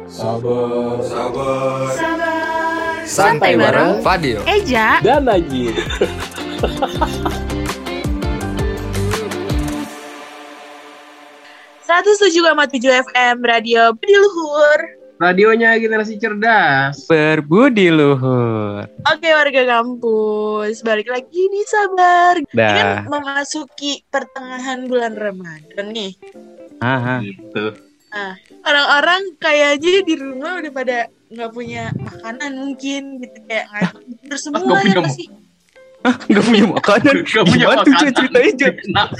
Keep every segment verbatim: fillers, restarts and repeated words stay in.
Sabar, sabar, Sabar. Santai bareng Fadil, Eja dan Najib. seratus tujuh koma tujuh F M Radio Budi Luhur. Radionya generasi cerdas. Berbudi luhur. Oke warga kampus, balik lagi di Sabar. Ini Dah. kan memasuki pertengahan bulan Ramadan nih. Aha. Gitu. Nah, orang-orang kayaknya di rumah udah pada nggak punya makanan mungkin gitu, kayak nggak semua Nggak punya ya ma- pasti. Gak punya makanan. Gak punya Gimana tuh, makanan. Cek? Ceritain, Cek. Kenapa?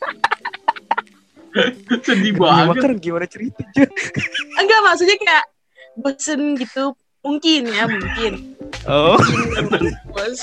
Sedih Gak punya banget. makanan gimana cerita, Cek? Enggak, maksudnya kayak bosen gitu mungkin ya mungkin. Oh, Bos.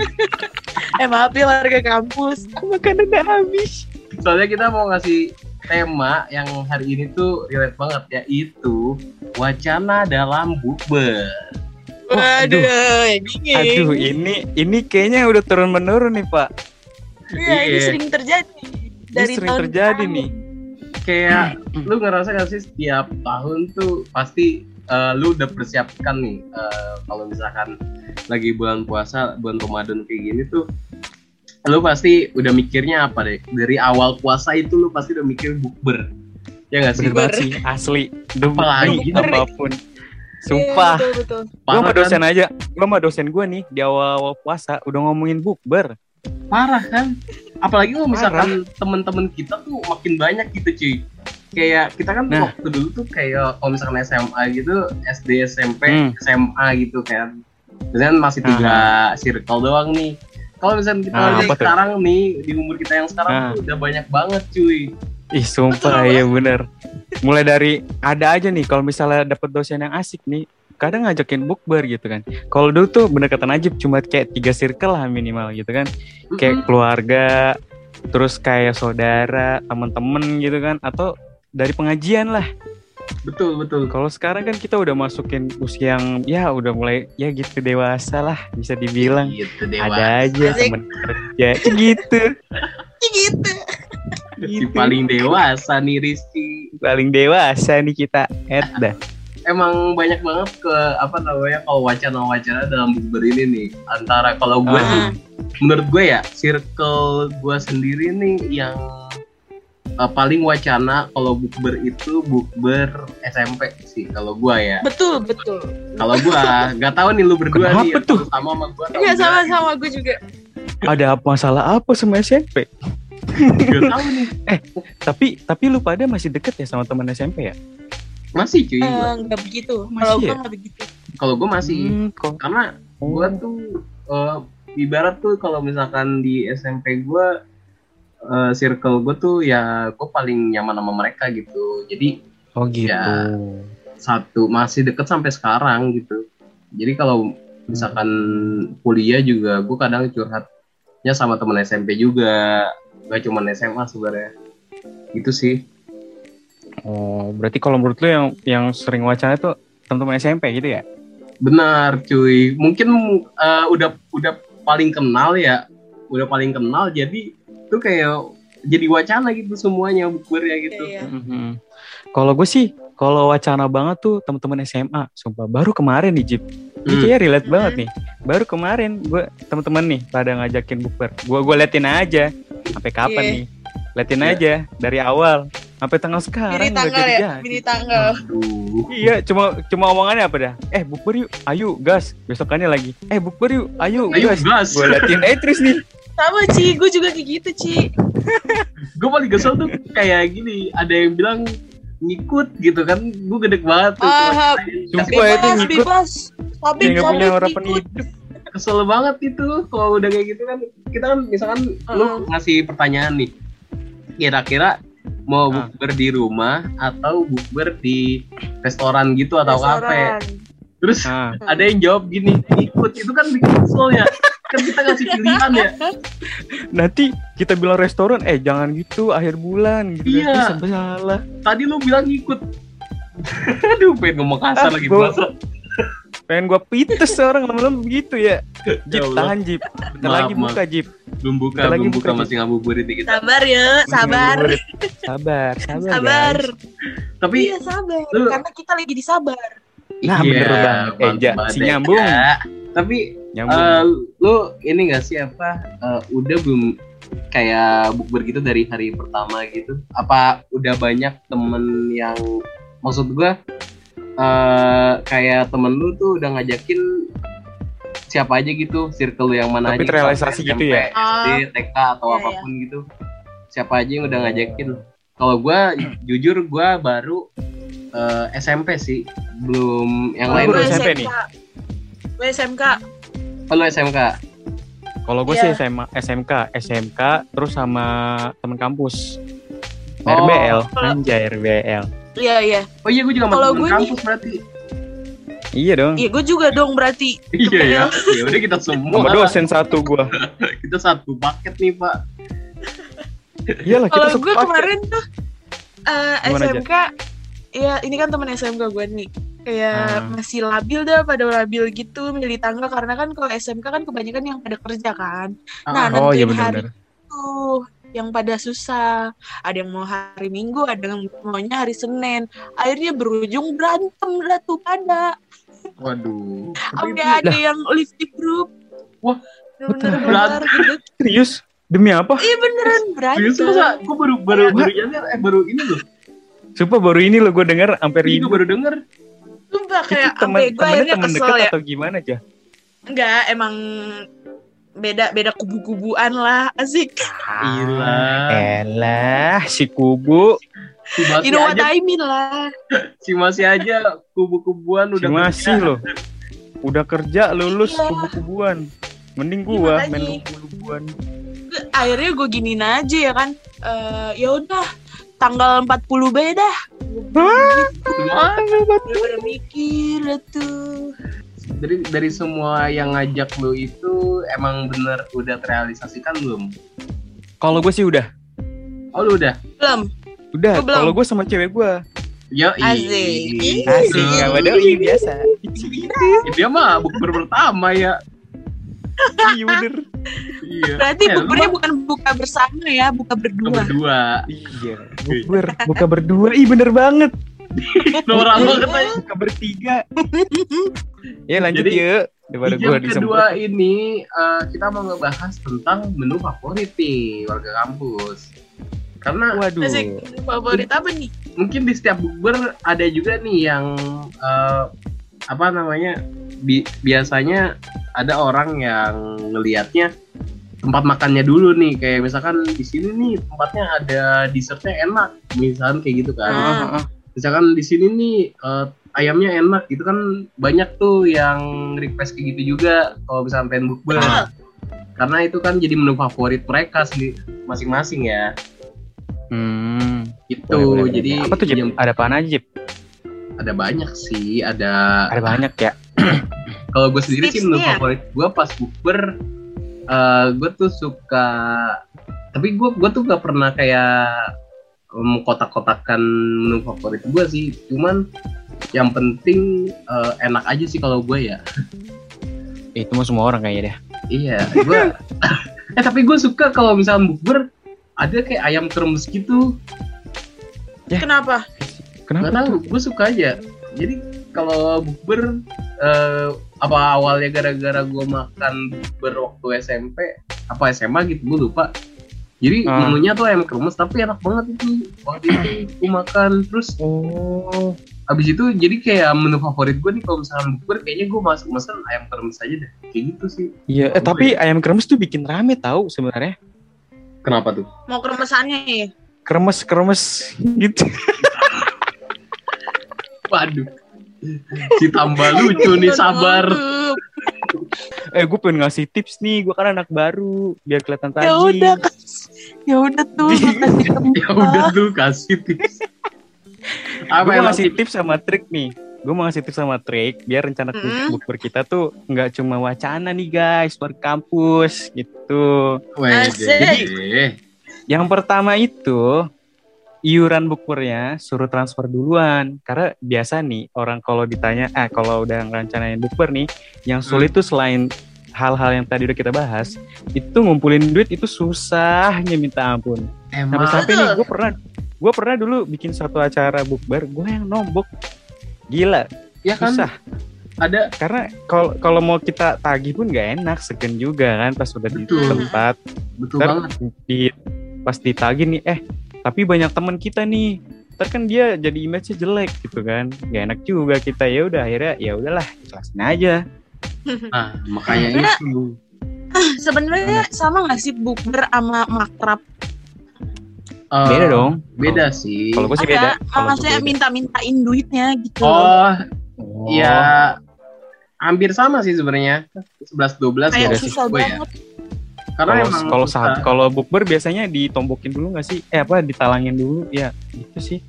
eh maaf ya warga kampus. makanan udah habis. Soalnya kita mau ngasih tema yang hari ini tuh relate banget, yaitu wacana dalam bukber. Waduh, yang dingin. Aduh, ini ini kayaknya udah turun menurun nih, Pak. Iya, ini Iya. sering terjadi. Ini sering tahun ke terjadi tahun. nih. Kayak lu ngerasa gak sih setiap tahun tuh pasti eh, lu udah persiapkan nih eh, kalau misalkan lagi bulan puasa, bulan Ramadan kayak gini tuh lu pasti udah mikirnya apa deh? Dari awal puasa itu lu pasti udah mikir bukber. Ya gak sih? Bener banget sih, asli. Demi Apalagi apapun. Iya, Sumpah. betul, betul. Gue sama Parah kan? dosen aja, gue sama dosen gue nih di awal-awal puasa udah ngomongin bukber. Parah kan? Apalagi kalau misalkan temen-temen kita tuh makin banyak gitu cuy. Kayak kita kan Nah. waktu dulu tuh kayak kalau misalkan S M A gitu, S D, S M P, Hmm. S M A gitu kan. Biasanya masih tiga circle doang nih. Kalau misalkan kita Ah, lihat apa tuh? sekarang nih, di umur kita yang sekarang Ah. tuh udah banyak banget cuy. Ih, sumpah ya bener. Mulai dari ada aja nih kalau misalnya dapet dosen yang asik nih, kadang ngajakin bukber gitu kan. Kalau dulu tuh pendekatan aja cuma kayak tiga circle lah minimal gitu kan. Kayak keluarga, terus kayak saudara, temen-temen gitu kan, atau dari pengajian lah. Betul, betul. Kalau sekarang kan kita udah masukin usia yang ya udah mulai ya gitu dewasa lah bisa dibilang. Gitu Ada aja Asik. temen kerja gitu. Gitu. Si paling dewasa nih Rizky. Paling dewasa nih kita, Ed dah. Emang banyak banget ke apa namanya kalau wacana-wacana dalam bukber ini nih. Antara kalau gue Ah. sih, menurut gue ya circle gue sendiri nih yang uh, paling wacana kalau bukber itu bukber S M P sih kalau gue ya. Betul, betul. Kalau gue nggak tahu nih lu berdua Kenapa nih yang tuh? sama sama gue. Iya, sama-sama gue juga. Ada apa masalah apa sama S M P? Gak tahu nih. Tapi tapi lu pada masih deket ya sama teman S M P ya? Masih cuy. Eh, Gua. Enggak begitu. Masih Kalau gue ya? enggak begitu. Kalau gue masih. Hmm, kok. Karena gue tuh uh, ibarat tuh kalau misalkan di S M P gue uh, circle gue tuh ya gue paling nyaman sama mereka gitu. Jadi Oh gitu. Ya. satu masih deket sampai sekarang gitu. Jadi kalau misalkan kuliah juga gue kadang curhatnya sama temen S M P juga, gak cuma S M A sebenarnya. Gitu sih. Oh, berarti kalau menurut lu yang yang sering wacana tuh teman-teman S M P gitu ya? Benar cuy. Mungkin uh, udah udah paling kenal ya, udah paling kenal jadi tuh kayak jadi wacana gitu semuanya bukber ya gitu. Iya. Mhm. Kalau gue sih, kalau wacana banget tuh teman-teman S M A, sumpah baru kemarin nih Jip. Ini Hmm. kayaknya relate banget nih. Baru kemarin gue teman-teman nih pada ngajakin bukber. Gue gue liatin aja sampai kapan Iya. nih. Liatin Iya. aja dari awal sampai tanggal sekarang Mini nggak tanggal ya, jadi-jadi. mini tanggal. Aduh. Iya, cuma cuma omongannya apa dah? Eh, bukber yuk, ayo gas. Besokannya lagi. Eh, bukber yuk, ayo, Ayo gas. gas. Gue liatin eh terus nih. Sama Ci, gue juga kayak gitu Ci. Gue paling kesel tuh kayak gini, ada yang bilang ngikut gitu kan, gue gede banget tuh. Ah, Sumpah itu bebas, ngikut. bebas. Tapi Kayak nggak punya sampai harapan ikut. hidup. Kesel banget itu kalau udah kayak gitu kan. Kita kan misalkan lu Uh-uh. ngasih pertanyaan nih, kira-kira mau Ah. bukber di rumah atau bukber di restoran gitu atau kafe. Restoran. Terus Nah, ada yang jawab gini, ikut. Itu kan bikin kesel ya. Kan kita ngasih pilihan ya. nanti kita bilang restoran, eh jangan gitu akhir bulan gitu. Iya. Nanti sampai salah. Tadi lu bilang ikut. Aduh, pengen ngomong kasar Ah, lagi gua- puasa. Pengen gua pites orang lama-lama begitu ya. Jip, Ya Allah. tahan Jip. Bentar Maaf, lagi maaf. buka Jip. Belum buka, Bentar lagi belum buka, buka, masih ngabuburit nih kita. Sabar ya, Masih sabar. ngabuburit. Sabar, sabar, Sabar. guys. Tapi Iya sabar, Lu- karena kita lagi disabar. Nah, bener banget. Eh, Ja, si nyambung. Ya. Tapi Nyambung. eh, lu ini gak sih apa eh, udah belum kayak bukber gitu dari hari pertama gitu? Apa udah banyak temen yang maksud gua eh, kayak temen lu tuh udah ngajakin siapa aja gitu, circle lu yang mana Tapi aja? terrealisasi S M P, gitu ya? S D, T K atau Iya, apapun gitu. Siapa aja yang udah ngajakin? Kalau gua jujur gua baru eh, S M P sih, belum yang Oh, lain. baru Gue S M P nih? Gue S M K. Kalau S M K. Kalau gue Iya. sih S M A, S M K, S M K terus sama temen kampus. Oh. R B L, Kalau- anjay R B L. Iya iya. Oh iya, gue juga Kalau masuk gue kampus berarti. Iya dong. Iya gue juga dong berarti. Iya ya. Ya udah kita semua. Sama dosen satu gue. Kita satu paket nih, Pak. Iyalah kita Kalau satu gue paket. kemarin tuh eh, Gimana, S M K, ya ini kan temen S M K gue nih. Kayak Hmm. masih labil dah, pada labil gitu milih tanggal karena kan kalau S M K kan kebanyakan yang pada kerja kan. Nah, Oh iya nentuin hari benar-benar. tuh yang pada susah. Ada yang mau hari Minggu, ada yang maunya hari Senin. Akhirnya berujung berantem lah tuh pada. Waduh. Tapi Sampai itu ada yang live di grup. Wah, bener-bener gitu. Serius? Demi apa? Iya beneran serius berantem. masa? Gue baru baru baru nyadar, eh baru ini loh. Sumpah baru ini lo gue denger sampai Ini gue ribut. baru denger. Sumpah Itu kayak temen sampai gue temennya akhirnya temen kesel dekat ya. atau gimana aja? Enggak, emang beda beda kubu-kubuan lah, asik. Gila. Elah si kubu. Si masih You know what aja, I mean lah. si masih aja kubu-kubuan Si udah masih kerja. loh. Udah kerja lulus Iya. kubu-kubuan. Mending Iya, gua makanya. main kubu-kubuan. Akhirnya gue giniin aja ya kan. Eh ya udah, tanggal empat puluh beda. Wah, Udah mikir lah tuh. dari dari semua yang ngajak lu itu emang bener udah terrealisasikan belum? Kalau gue sih udah. Oh lu udah? Belum. Udah, Gua belum. kalau gue sama cewek gue. Ya Asik. Asik, sama doi biasa. Dia mah bukber pertama ya. Iya bener. Iya. Berarti Eh, lu bukurnya mah bukan buka bersama ya, buka berdua. berdua. Iya. Bukber, buka berdua. Ih bener banget. Norak banget aja. Buka bertiga. Ya lanjut Jadi, yuk. Daripada Di gue jam disemprot. kedua ini eh, kita mau ngebahas tentang menu favorit nih warga kampus. Karena Waduh. Asik. Favorit apa nih? mungkin di setiap bukber ada juga nih yang eh, apa namanya bi- biasanya ada orang yang ngelihatnya tempat makannya dulu nih, kayak misalkan di sini nih tempatnya ada dessertnya enak, misalkan kayak gitu kan. Ah. Ah, ah. Misalkan di sini nih eh, ayamnya enak gitu kan, banyak tuh yang request kayak gitu juga kalau misalkan pengen bukber. Ah. Karena itu kan jadi menu favorit mereka sendiri masing-masing ya. Hmm. Itu Boleh, boleh, jadi boleh. Apa tuh Jip? yang- Ada apaan aja Jip? ada banyak sih, ada Ada banyak ya. kalau gue sendiri sih menu Tipsnya. favorit gue pas bukber, eh gue tuh suka, tapi gue gue tuh gak pernah kayak mengkotak-kotakan menu favorit gue sih, cuman yang penting eh, enak aja sih kalau gue ya. Itu mah semua orang kayaknya deh. Iya, gue eh tapi gue suka kalau misalnya bukber ada kayak ayam kremes gitu. Kenapa? Kenapa? Gak tahu, gue suka aja. Jadi kalau bukber eh, apa awalnya gara-gara gue makan bukber waktu S M P apa S M A gitu, gue lupa. Jadi Ah. menunya tuh ayam kremes tapi enak banget itu. Waktu itu gue makan terus Oh. abis itu jadi kayak menu favorit gue nih kalau misalnya bukber kayaknya gue masuk mesen ayam kremes aja deh. Kayak gitu sih. Iya, eh, tapi ayam kremes tuh bikin rame tahu sebenarnya. Kenapa tuh? Mau kremesannya ya? Kremes-kremes gitu. Waduh. Si tambah lucu nih, sabar. Eh, gue pengen ngasih tips nih. Gue kan anak baru, biar kelihatan Ya tajam. udah, ya udah tuh makasih Ya udah tuh kasih tips. Apa Gue yang mau ngasih tips sama trik nih. Gue mau ngasih tips sama trik biar rencana Mm. bukber kita tuh nggak cuma wacana nih guys, per kampus gitu. Asik. Yang pertama itu iuran bukbernya suruh transfer duluan, karena biasa nih orang kalau ditanya, eh kalau udah ngerencanain bukber nih, yang sulit tuh selain hal-hal yang tadi udah kita bahas, itu ngumpulin duit itu susahnya minta ampun. Emang Sampai-sampai nih gue pernah Gue pernah dulu bikin satu acara bukber, gue yang nombok. Gila, Ya kan susah. ada Karena kalau kalau mau kita tagih pun nggak enak, segen juga kan pas udah di Betul. tempat. betul Ntar banget. di pas ditagih nih, eh tapi banyak teman kita nih. Ntar kan dia jadi image-nya jelek gitu kan, nggak enak juga kita. Ya udah akhirnya ya udahlah, ikhlasin aja. Nah, makanya Sebenarnya- itu. Sebenarnya sama nggak sih bukber sama makrab? Eh, Beda dong. Beda sih. Kalau gue sih beda. Ada, Kalau maksudnya gua beda. minta-mintain duitnya gitu. Oh, Oh. ya hampir sama sih sebenarnya. sebelas dua belas Kayak beda ya. sih. susah Gue ya. banget. Karena Kalau emang kalau susah. saat kalau bukber biasanya ditombokin dulu nggak sih? Eh apa ditalangin dulu? Ya gitu sih.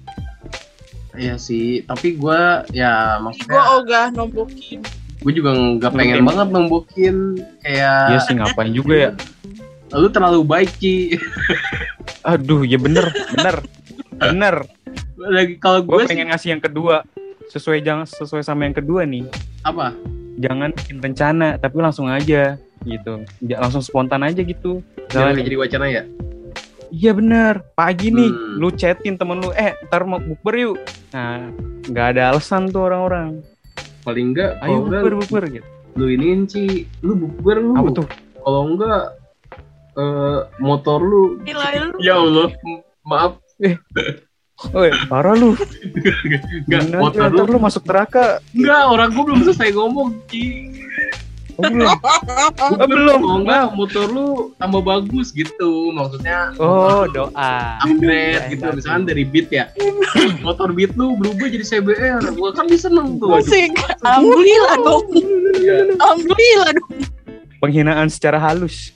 Iya sih, tapi gue ya Gue maksudnya ogah nombokin. gue juga nggak pengen Mungkin. banget nombokin kayak Iya sih ngapain juga ya. lu terlalu baik Ci. Aduh ya bener bener bener. Lagi kalau Gue gue sih pengen ngasih yang kedua sesuai jangan sesuai sama yang kedua nih. apa? Jangan bikin rencana tapi langsung aja gitu. Ja- langsung spontan aja gitu. Jangan Misalnya, jadi wacana ya. iya bener. Pagi nih Hmm. lu chatin temen lu, eh ntar mau bukber yuk. Nah nggak ada alasan tuh orang-orang. Paling enggak Ayo kalau enggak bukber bukber gitu. lu iniin Ci, lu bukber lu. Apa tuh? Kalau enggak eh, motor lu. Nilai lu. Ya Allah, m- maaf. Woi parah lu. Enggak, Gimana motor ntar lu. lu masuk neraka. Enggak, orang gue belum selesai ngomong Ci. Oh, belum. Bukber, belum. Kalau enggak motor lu tambah bagus gitu. Maksudnya Oh doa. upgrade Iya, gitu, enak misalkan tuh. dari Beat ya, motor Beat lu berubah jadi C B R, gua kan bisa seneng tuh. Musik. Alhamdulillah dong. Alhamdulillah dong. Penghinaan secara halus.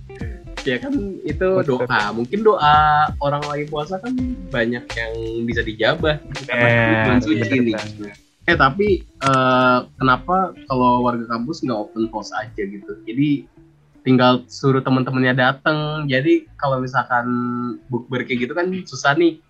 Ya kan itu doa, mungkin doa orang lagi puasa kan banyak yang bisa dijabah karena Eh, bulan suci bener nih. banget. Eh tapi eh, kenapa kalau warga kampus nggak open house aja gitu? Jadi tinggal suruh teman-temannya datang. Jadi kalau misalkan bukber kayak gitu kan susah nih.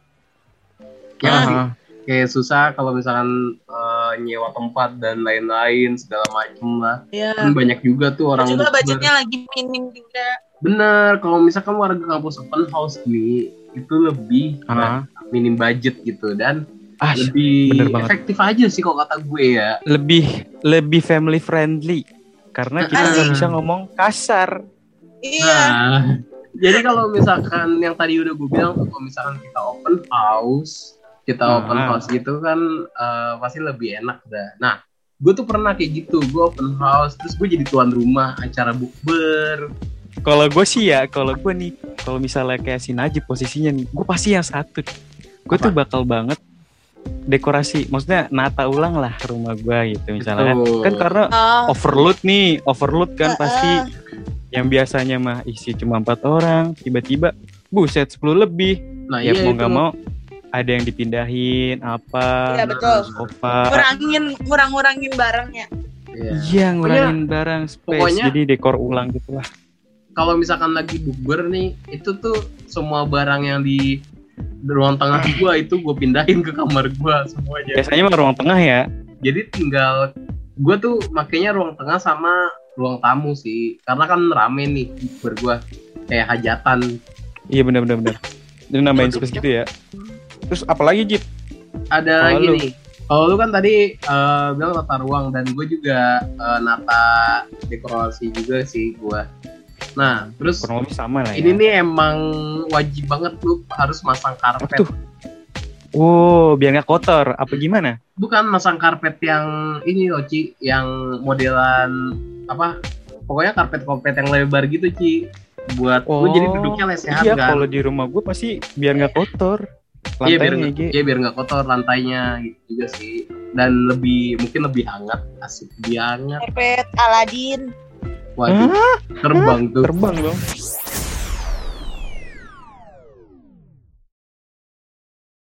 Ya nggak sih? Ah, Kayak susah kalau misalkan eh, nyewa tempat dan lain-lain segala macem lah. Ya. Kan banyak juga tuh orang Juga bukber. budgetnya lagi minim juga. Bener, kalau misalkan warga kampus open house nih itu lebih ah. minim budget gitu dan Ah, lebih bener banget. efektif aja sih kalau kata gue ya. lebih lebih family friendly karena kita nggak Asik. bisa ngomong kasar. Iya. Nah, jadi kalau misalkan yang tadi udah gue bilang tuh kalau misalkan kita open house, kita Ah. open house gitu kan eh, pasti lebih enak dah. Nah, gue tuh pernah kayak gitu, gue open house terus gue jadi tuan rumah acara bukber. Kalau gue sih ya, kalau gue nih, kalau misalnya kayak si Najib posisinya nih, gue pasti yang satu. Gue tuh bakal banget dekorasi, maksudnya nata ulang lah rumah gue gitu misalnya. Betul. Kan karena Oh, overload nih, overload kan Heeh. pasti yang biasanya mah isi cuma empat orang, tiba-tiba buset sepuluh lebih. Nah, Ya iya mau itu. nggak mau ada yang dipindahin apa, Iya, betul. sofa. ngurangin ngurang-ngurangin barangnya. Iya. Iya ngurangin barang space, pokoknya- jadi dekor ulang gitu lah. Kalau misalkan lagi bukber nih, itu tuh semua barang yang di ruang tengah gua itu gua pindahin ke kamar gua semuanya. Biasanya mah ruang tengah ya. Jadi tinggal gua tuh makanya ruang tengah sama ruang tamu sih, karena kan rame nih bukber gua kayak hajatan. Iya benar-benar benar. Itu nambahin space gitu ya. Terus apalagi Jip? Ada Kalau lagi lu? nih. Kalau lu kan tadi eh, bilang tata ruang dan gue juga eh, nata dekorasi juga sih gua. Nah, terus Kurang lebih sama lah ya. ini nih emang wajib banget lu harus masang Apa karpet. tuh? Oh, biar nggak kotor. Apa gimana? Bukan masang karpet yang ini loh Ci, yang modelan apa? Pokoknya karpet-karpet yang lebar gitu Ci. Buat lu jadi duduknya lesehan Iya, kan. kalau di rumah gue pasti biar nggak kotor. Iya biar Lantainya nggak Gi. iya, biar nggak kotor lantainya gitu juga sih. Dan lebih mungkin lebih hangat, asik lebih hangat. Karpet Aladin. Waduh, terbang tuh. Terbang dong.